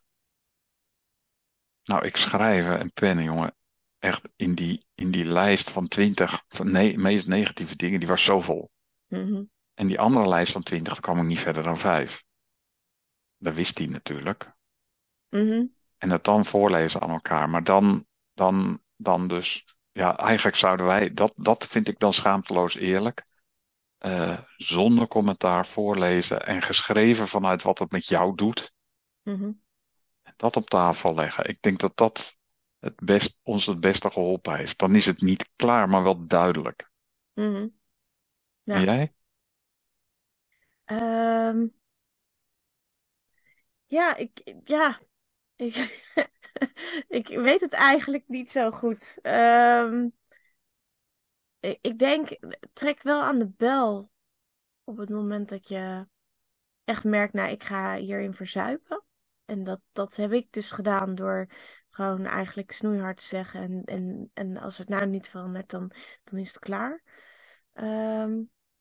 Nou, ik schrijven en pennen, jongen. Echt in die, in die lijst van twintig van ne meest negatieve dingen, die was zo vol. Mhm. En die andere lijst van twintig, daar kwam ik niet verder dan vijf. Dat wist hij natuurlijk. Mhm. En het dan voorlezen aan elkaar. Maar dan, dan, dan dus, ja, eigenlijk zouden wij, dat, dat vind ik dan schaamteloos eerlijk. eh, zonder commentaar voorlezen en geschreven vanuit wat het met jou doet. Mhm. Dat op tafel leggen. Ik denk dat dat het best, ons het beste geholpen heeft. Dan is het niet klaar, maar wel duidelijk. Mhm. En Ja. jij? Ehm, Ja, ik, ja, ik, ik weet het eigenlijk niet zo goed. Ehm, ik, ik denk, trek wel aan de bel op het moment dat je echt merkt, nou, ik ga hierin verzuipen. En dat, dat heb ik dus gedaan door gewoon eigenlijk snoeihard te zeggen. En, en, en als het nou niet verandert, dan, dan is het klaar. Ehm,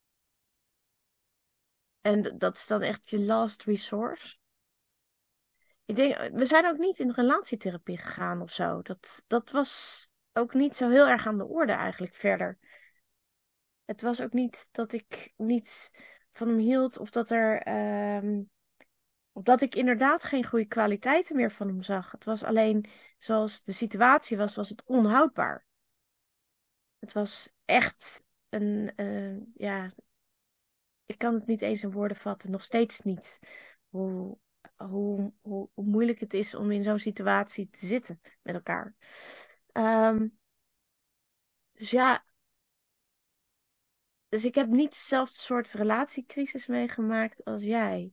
en d- dat is dan echt je last resource. Ik denk, we zijn ook niet in relatietherapie gegaan of zo. Dat, dat was ook niet zo heel erg aan de orde eigenlijk verder. Het was ook niet dat ik niet van hem hield of dat er, ehm, of dat ik inderdaad geen goede kwaliteiten meer van hem zag. Het was alleen zoals de situatie was, was het onhoudbaar. Het was echt een, eh, ja, ik kan het niet eens in woorden vatten, nog steeds niet. Hoe, hoe, hoe, hoe moeilijk het is om in zo'n situatie te zitten met elkaar. Ehm, dus ja, dus ik heb niet dezelfde soort relatiecrisis meegemaakt als jij.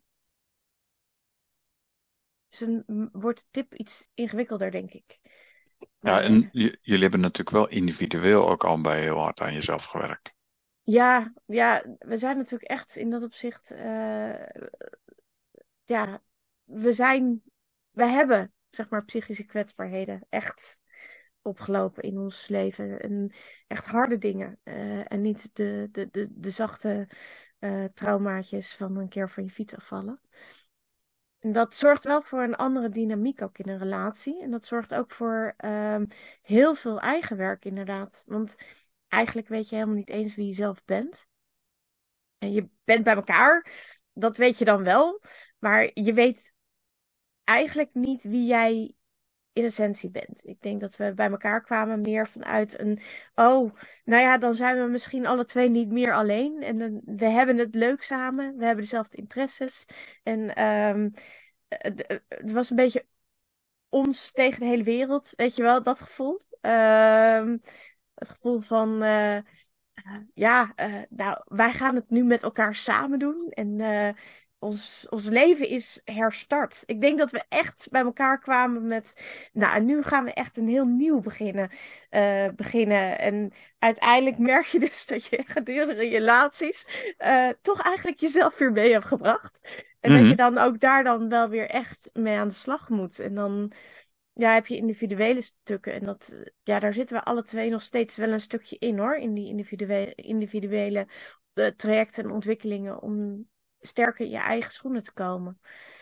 Dus dan m- wordt de tip iets ingewikkelder, denk ik. Ja, Maar en eh, j- jullie hebben natuurlijk wel individueel ook al bij heel hard aan jezelf gewerkt. ja, ja, we zijn natuurlijk echt in dat opzicht, eh, ja, we zijn, we hebben, zeg maar, psychische kwetsbaarheden echt opgelopen in ons leven. En echt harde dingen. Eh, en niet de, de, de, de zachte eh, traumaatjes van een keer van je fiets afvallen. En dat zorgt wel voor een andere dynamiek ook in een relatie. En dat zorgt ook voor ehm, heel veel eigenwerk inderdaad. Want eigenlijk weet je helemaal niet eens wie je zelf bent. En je bent bij elkaar, dat weet je dan wel. Maar je weet eigenlijk niet wie jij in essentie bent. Ik denk dat we bij elkaar kwamen meer vanuit een, oh, nou ja, dan zijn we misschien alle twee niet meer alleen. En dan, we hebben het leuk samen, we hebben dezelfde interesses. En ehm, het, het was een beetje ons tegen de hele wereld, weet je wel, dat gevoel. Ehm, het gevoel van, eh, eh, ja, eh, nou, wij gaan het nu met elkaar samen doen. En eh, ons, ons leven is herstart. Ik denk dat we echt bij elkaar kwamen met, nou, en nu gaan we echt een heel nieuw beginnen. eh, beginnen. En uiteindelijk merk je dus dat je gedurende je relaties eh, toch eigenlijk jezelf weer mee hebt gebracht. En dat je Mhm. dan ook daar dan wel weer echt mee aan de slag moet. En dan ja, heb je individuele stukken. En dat, eh, ja, daar zitten we alle twee nog steeds wel een stukje in hoor. In die individuele, individuele eh, trajecten en ontwikkelingen om sterker in je eigen schoenen te komen.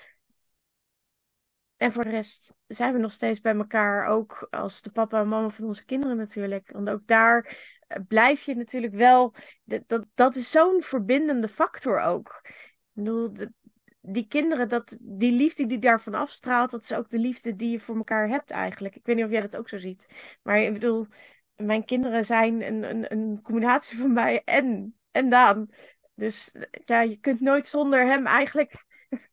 En voor de rest zijn we nog steeds bij elkaar, ook als de papa en mama van onze kinderen natuurlijk. Want ook daar eh, blijf je natuurlijk wel. Dat, dat, dat is zo'n verbindende factor ook. Ik bedoel, de- die kinderen, dat, die liefde die daarvan afstraalt, dat is ook de liefde die je voor elkaar hebt eigenlijk. Ik weet niet of jij dat ook zo ziet. Maar ik bedoel, mijn kinderen zijn een, een, een combinatie van mij en, en Daan. Dus ja, je kunt nooit zonder hem eigenlijk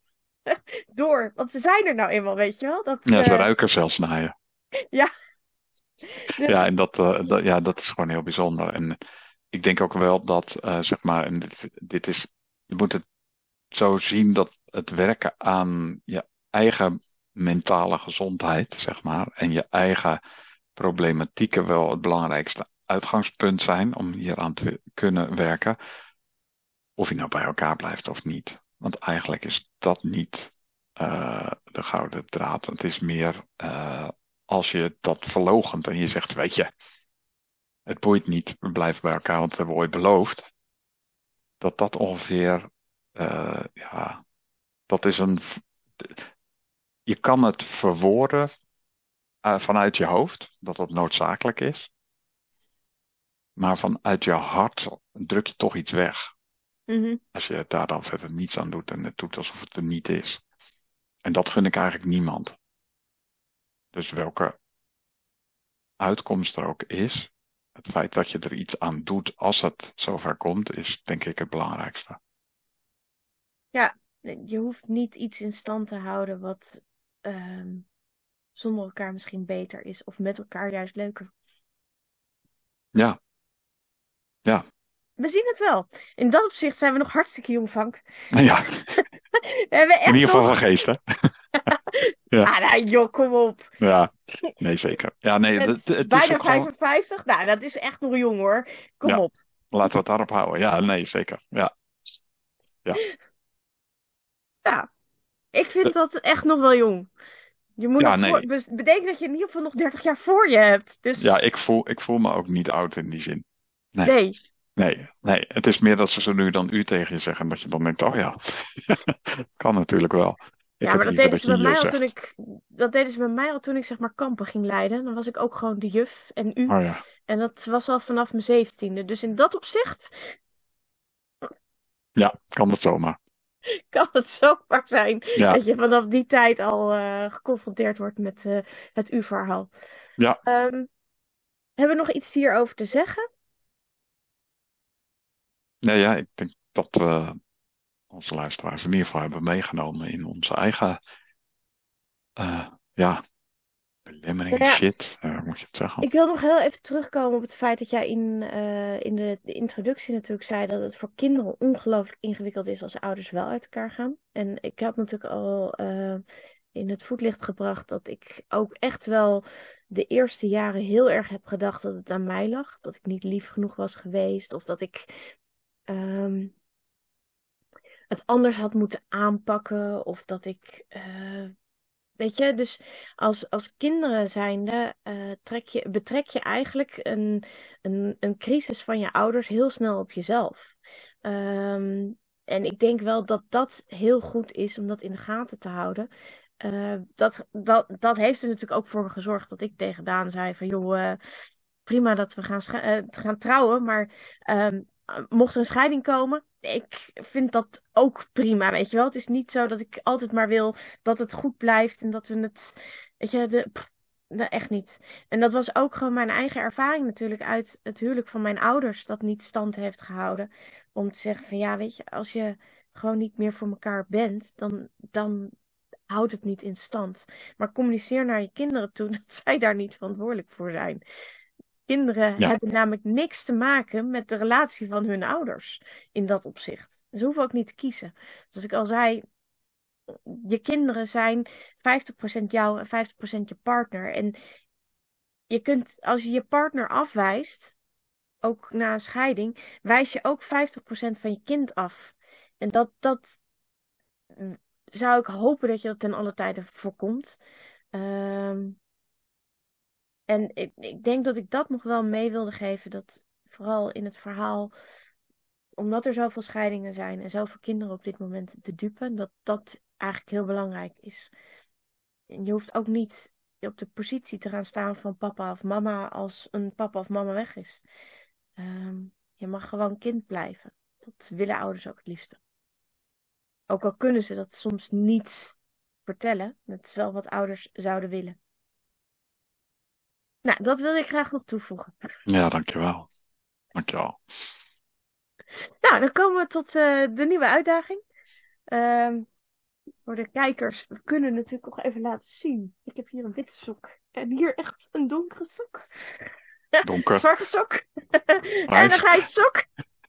door. Want ze zijn er nou eenmaal, weet je wel? Dat, Ja, ze eh, ruiken zelfs naar je. ja, Ja, dus en dat, eh, dat, ja, dat is gewoon heel bijzonder. En ik denk ook wel dat, eh, zeg maar, en dit, dit is, je moet het zo zien dat het werken aan je eigen mentale gezondheid, zeg maar, en je eigen problematieken wel het belangrijkste uitgangspunt zijn om hier aan te kunnen werken. Of je nou bij elkaar blijft of niet. Want eigenlijk is dat niet eh, de gouden draad. Het is meer eh, als je dat verloochent en je zegt, weet je, het boeit niet, we blijven bij elkaar, want we hebben ooit beloofd. Dat dat ongeveer, eh, ja, dat is een, je kan het verwoorden eh, vanuit je hoofd, dat dat noodzakelijk is. Maar vanuit je hart druk je toch iets weg. mhm. Als je daar dan verder niets aan doet en het doet alsof het er niet is. En dat gun ik eigenlijk niemand. Dus welke uitkomst er ook is, het feit dat je er iets aan doet als het zover komt, is denk ik het belangrijkste. Ja, je hoeft niet iets in stand te houden wat ehm, zonder elkaar misschien beter is. Of met elkaar juist leuker. Ja, ja, We zien het wel. In dat opzicht zijn we nog hartstikke jong, Frank. ja. We hebben In echt ieder geval van nog geest, hè? Ja, Ah, nou, joh, kom op. ja, nee, zeker. Ja, nee, het, Met het is bijna ook gewoon, vijfenvijftig. Nou, dat is echt nog jong hoor. Kom ja, op. laten we het daarop houden. Ja, nee, zeker. Ja, ja. Ja, ik Eh, vind dat echt nog wel jong. Je moet Ja, nog voor... nee. bes- Bedenk dat je in ieder geval nog dertig jaar voor je hebt. Ja, Dus ik voel, ik voel me ook niet oud in die zin. Nee, nee. nee, nee. Het is meer dat ze zo nu dan u tegen je zeggen. En dat je dan denkt, oh ja, kan natuurlijk wel. Ik Ja, heb maar dat liever deden dat ze je bij je mij al toen zegt. ik... Dat deden ze bij mij al toen ik zeg maar kampen ging leiden. Dan was ik ook gewoon de juf en u. Oh ja, En dat was al vanaf mijn zeventiende. Dus in dat opzicht ja, kan dat zomaar. kan het zomaar zijn Ja, dat je vanaf die tijd al eh, geconfronteerd wordt met eh, het u-verhaal. ja. Ehm, hebben we nog iets hierover te zeggen? Nee, ja, ik denk dat we onze luisteraars in ieder geval hebben meegenomen in onze eigen, eh, ja, belemmeringen, Ja, shit, eh, hoe moet je het zeggen? ik wil nog heel even terugkomen op het feit dat jij in, eh, in de, de introductie natuurlijk zei dat het voor kinderen ongelooflijk ingewikkeld is als ouders wel uit elkaar gaan. En ik had natuurlijk al eh, in het voetlicht gebracht dat ik ook echt wel de eerste jaren heel erg heb gedacht dat het aan mij lag. Dat ik niet lief genoeg was geweest of dat ik ehm, het anders had moeten aanpakken of dat ik... eh, Weet je, dus als, als kinderen zijnde eh, trek je, betrek je eigenlijk een, een, een crisis van je ouders heel snel op jezelf. Ehm, en ik denk wel dat dat heel goed is om dat in de gaten te houden. Eh, dat, dat, dat heeft er natuurlijk ook voor gezorgd dat ik tegen Daan zei van joh, eh, prima dat we gaan, scha- eh, gaan trouwen, maar ehm, mocht er een scheiding komen, ik vind dat ook prima, weet je wel. Het is niet zo dat ik altijd maar wil dat het goed blijft en dat we het, weet je, de, pff, nee, echt niet. En dat was ook gewoon mijn eigen ervaring natuurlijk uit het huwelijk van mijn ouders, dat niet stand heeft gehouden. Om te zeggen van ja, weet je, als je gewoon niet meer voor elkaar bent, dan, dan houdt het niet in stand. Maar communiceer naar je kinderen toe dat zij daar niet verantwoordelijk voor zijn. Kinderen Ja, hebben namelijk niks te maken met de relatie van hun ouders in dat opzicht. Ze hoeven ook niet te kiezen. Zoals ik al zei, je kinderen zijn vijftig procent jou en vijftig procent je partner. En je kunt, als je je partner afwijst, ook na een scheiding, wijs je ook vijftig procent van je kind af. En dat, dat zou ik hopen dat je dat ten alle tijde voorkomt. Ehm, en ik, ik denk dat ik dat nog wel mee wilde geven. Dat vooral in het verhaal, omdat er zoveel scheidingen zijn en zoveel kinderen op dit moment te dupen, dat dat eigenlijk heel belangrijk is. En je hoeft ook niet op de positie te gaan staan van papa of mama als een papa of mama weg is. Ehm, je mag gewoon kind blijven. Dat willen ouders ook het liefste. Ook al kunnen ze dat soms niet vertellen. Dat is wel wat ouders zouden willen. Nou, dat wilde ik graag nog toevoegen. ja, dankjewel. Dankjewel. Nou, dan komen we tot eh, de nieuwe uitdaging. Ehm, voor de kijkers, we kunnen natuurlijk nog even laten zien. Ik heb hier een witte sok. En hier echt een donkere sok. Donker, Zwarte sok. En een grijs. grijze sok.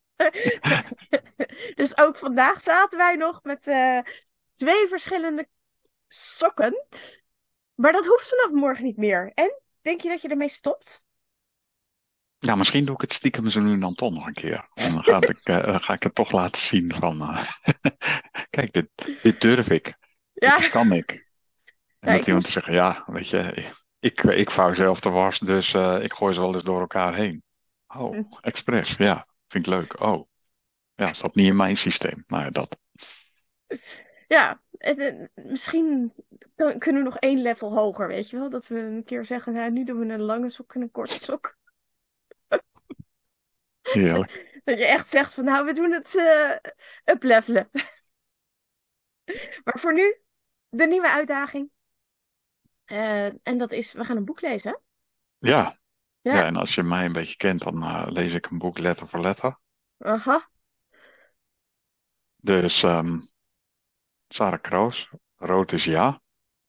Dus ook vandaag zaten wij nog met eh, twee verschillende sokken. Maar dat hoeft vanaf morgen niet meer. En denk je dat je ermee stopt? Ja, misschien doe ik het stiekem zo nu en dan toch nog een keer. En dan ga ik, eh, dan ga ik het toch laten zien van, eh, kijk, dit, dit durf ik. Ja, Dit kan ik. En ja dat ik iemand te moest... zeggen, ja, weet je, ik, ik vouw zelf de was, dus eh, ik gooi ze wel eens door elkaar heen. Oh, expres, ja, vind ik leuk. Oh, ja, is dat niet in mijn systeem? Nou ja, dat. Ja, en, en misschien kan- kunnen we nog één level hoger, weet je wel? Dat we een keer zeggen, nou, nu doen we een lange sok en een korte sok. Heerlijk. Dat je echt zegt van, nou, we doen het uh, uplevelen. Maar voor nu, de nieuwe uitdaging. Eh, en dat is, we gaan een boek lezen. Hè? Ja, ja, Ja, en als je mij een beetje kent, dan eh, lees ik een boek letter voor letter. aha. Dus ehm Sarah Kroos, Rood is ja.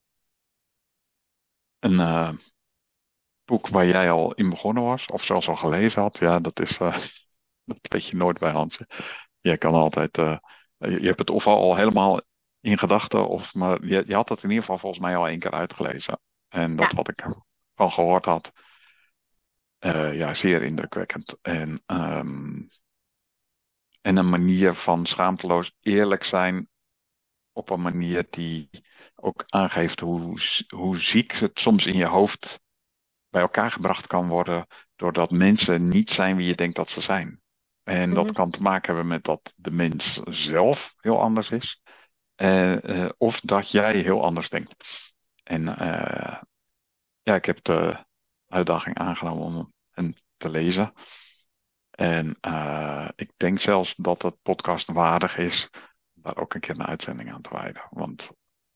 Een eh, boek waar jij al in begonnen was, of zelfs al gelezen had. Ja, dat is, eh, dat weet je nooit bij Hans. Jij kan altijd, eh, je je hebt het of al helemaal in gedachten. Of, maar je, je had het in ieder geval volgens mij al één keer uitgelezen. En dat Ja. wat ik al gehoord had, eh, ja, zeer indrukwekkend. En, ehm, en een manier van schaamteloos eerlijk zijn op een manier die ook aangeeft hoe, hoe ziek het soms in je hoofd bij elkaar gebracht kan worden, doordat mensen niet zijn wie je denkt dat ze zijn. En dat Mhm. kan te maken hebben met dat de mens zelf heel anders is, eh, eh, of dat jij heel anders denkt. En eh, ja, ik heb de uitdaging aangenomen om hem te lezen. En eh, ik denk zelfs dat het podcast waardig is om daar ook een keer een uitzending aan te wijden. Want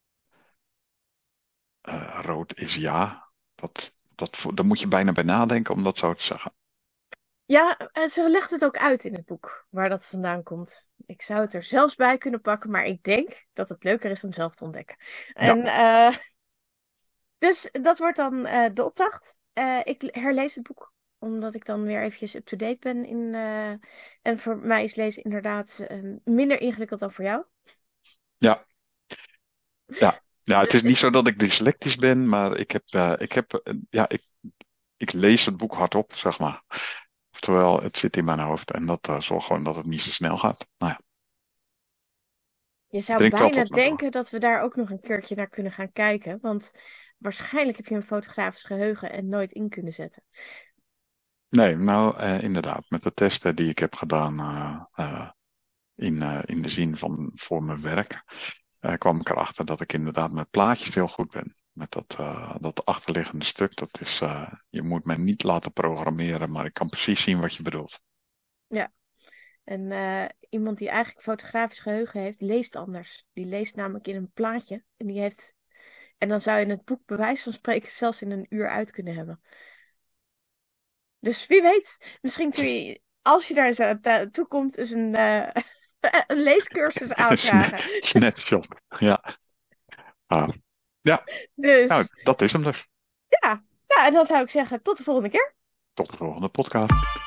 eh, rood is ja. Dat, dat, vo- daar moet je bijna bij nadenken om dat zo te zeggen. Ja, en ze legt het ook uit in het boek waar dat vandaan komt. Ik zou het er zelfs bij kunnen pakken, maar ik denk dat het leuker is om zelf te ontdekken. Ja, En eh, dus dat wordt dan eh, de opdracht. Eh, ik herlees het boek, omdat ik dan weer eventjes up-to-date ben. In, eh, en voor mij is lezen inderdaad eh, minder ingewikkeld dan voor jou. ja, ja. Ja, het is Dus niet zo dat ik dyslectisch ben, maar ik heb, eh, ik heb, eh, ja, ik, ik lees het boek hardop, zeg maar. Oftewel, het zit in mijn hoofd en dat eh, zorgt gewoon dat het niet zo snel gaat. Nou ja, je het zou dringt wel bijna tot me door. denken dat we daar ook nog een keertje naar kunnen gaan kijken. Want waarschijnlijk heb je een fotografisch geheugen en nooit in kunnen zetten. Nee, nou eh, inderdaad, met de testen die ik heb gedaan eh, eh, in, eh, in de zin van voor mijn werk, eh, kwam ik erachter dat ik inderdaad met plaatjes heel goed ben. Met dat, eh, dat achterliggende stuk, dat is, eh, je moet me niet laten programmeren, maar ik kan precies zien wat je bedoelt. Ja. En eh, iemand die eigenlijk fotografisch geheugen heeft, leest anders. Die leest namelijk in een plaatje. En die heeft. En dan zou je het boek bij wijze van spreken zelfs in een uur uit kunnen hebben. Dus wie weet, misschien kun je, als je daar eens aan ta- toe komt, eens een, eh, een leescursus Sna- aanvragen. Snapshot, ja. Ah, ja, nou, Dus dat is hem dus. ja, nou, en dan zou ik zeggen, tot de volgende keer. Tot de volgende podcast.